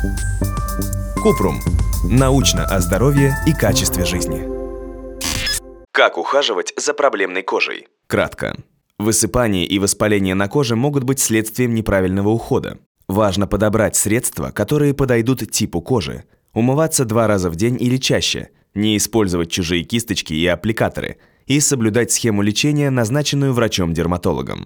Купрум. Научно о здоровье и качестве жизни. Как ухаживать за проблемной кожей? Кратко. Высыпание и воспаление на коже могут быть следствием неправильного ухода. Важно подобрать средства, которые подойдут типу кожи. Умываться 2 раза в день или чаще, не использовать чужие кисточки и аппликаторы и соблюдать схему лечения, назначенную врачом-дерматологом.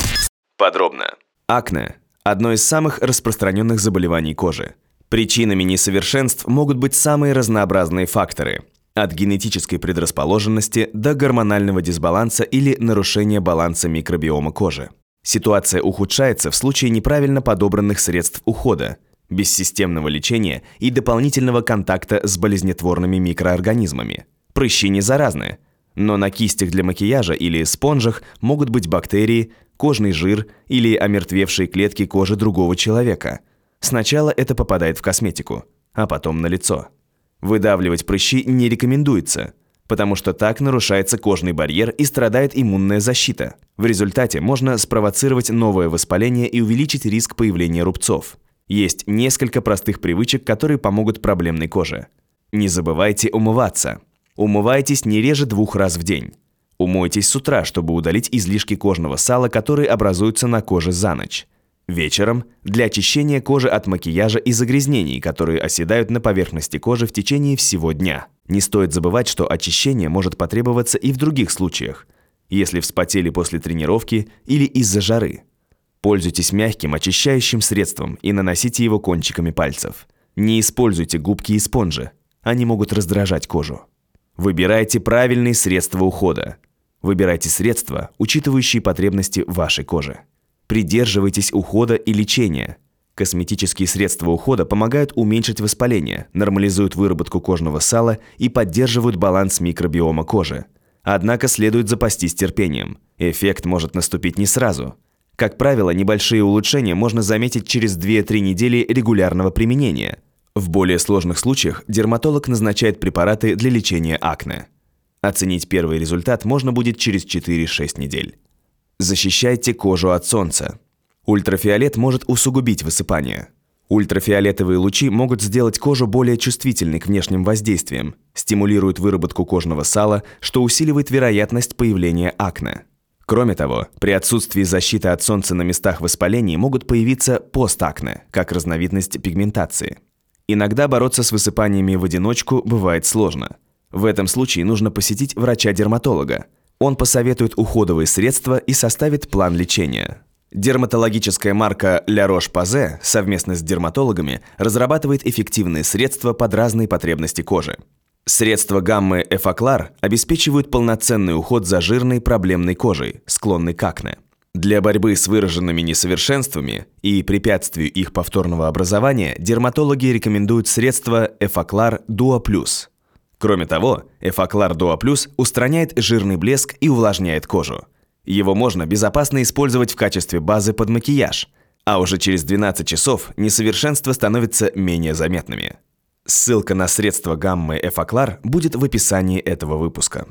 Подробно. Акне – одно из самых распространенных заболеваний кожи. Причинами несовершенств могут быть самые разнообразные факторы – от генетической предрасположенности до гормонального дисбаланса или нарушения баланса микробиома кожи. Ситуация ухудшается в случае неправильно подобранных средств ухода, бессистемного лечения и дополнительного контакта с болезнетворными микроорганизмами. Прыщи не заразны, но на кистях для макияжа или спонжах могут быть бактерии, кожный жир или омертвевшие клетки кожи другого человека. Сначала это попадает в косметику, а потом на лицо. Выдавливать прыщи не рекомендуется, потому что так нарушается кожный барьер и страдает иммунная защита. В результате можно спровоцировать новое воспаление и увеличить риск появления рубцов. Есть несколько простых привычек, которые помогут проблемной коже. Не забывайте умываться. Умывайтесь не реже 2 раз в день. Умойтесь с утра, чтобы удалить излишки кожного сала, которые образуются на коже за ночь. Вечером – для очищения кожи от макияжа и загрязнений, которые оседают на поверхности кожи в течение всего дня. Не стоит забывать, что очищение может потребоваться и в других случаях, если вспотели после тренировки или из-за жары. Пользуйтесь мягким очищающим средством и наносите его кончиками пальцев. Не используйте губки и спонжи, они могут раздражать кожу. Выбирайте правильные средства ухода. Выбирайте средства, учитывающие потребности вашей кожи. Придерживайтесь ухода и лечения. Косметические средства ухода помогают уменьшить воспаление, нормализуют выработку кожного сала и поддерживают баланс микробиома кожи. Однако следует запастись терпением. Эффект может наступить не сразу. Как правило, небольшие улучшения можно заметить через 2-3 недели регулярного применения. В более сложных случаях дерматолог назначает препараты для лечения акне. Оценить первый результат можно будет через 4-6 недель. Защищайте кожу от солнца. Ультрафиолет может усугубить высыпание. Ультрафиолетовые лучи могут сделать кожу более чувствительной к внешним воздействиям, стимулируют выработку кожного сала, что усиливает вероятность появления акне. Кроме того, при отсутствии защиты от солнца на местах воспалений могут появиться постакне, как разновидность пигментации. Иногда бороться с высыпаниями в одиночку бывает сложно. В этом случае нужно посетить врача-дерматолога. Он посоветует уходовые средства и составит план лечения. Дерматологическая марка La Roche-Posay совместно с дерматологами разрабатывает эффективные средства под разные потребности кожи. Средства гаммы Effaclar обеспечивают полноценный уход за жирной проблемной кожей, склонной к акне. Для борьбы с выраженными несовершенствами и препятствию их повторного образования дерматологи рекомендуют средство Effaclar Duo Plus. Кроме того, Effaclar Duo Plus устраняет жирный блеск и увлажняет кожу. Его можно безопасно использовать в качестве базы под макияж, а уже через 12 часов несовершенства становятся менее заметными. Ссылка на средства гаммы Effaclar будет в описании этого выпуска.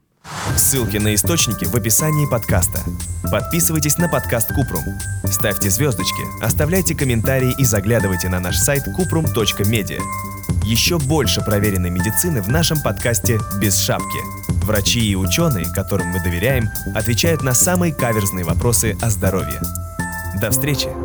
Ссылки на источники в описании подкаста. Подписывайтесь на подкаст Купрум. Ставьте звездочки, оставляйте комментарии и заглядывайте на наш сайт kuprum.media. Еще больше проверенной медицины в нашем подкасте «Без шапки». Врачи и ученые, которым мы доверяем, отвечают на самые каверзные вопросы о здоровье. До встречи!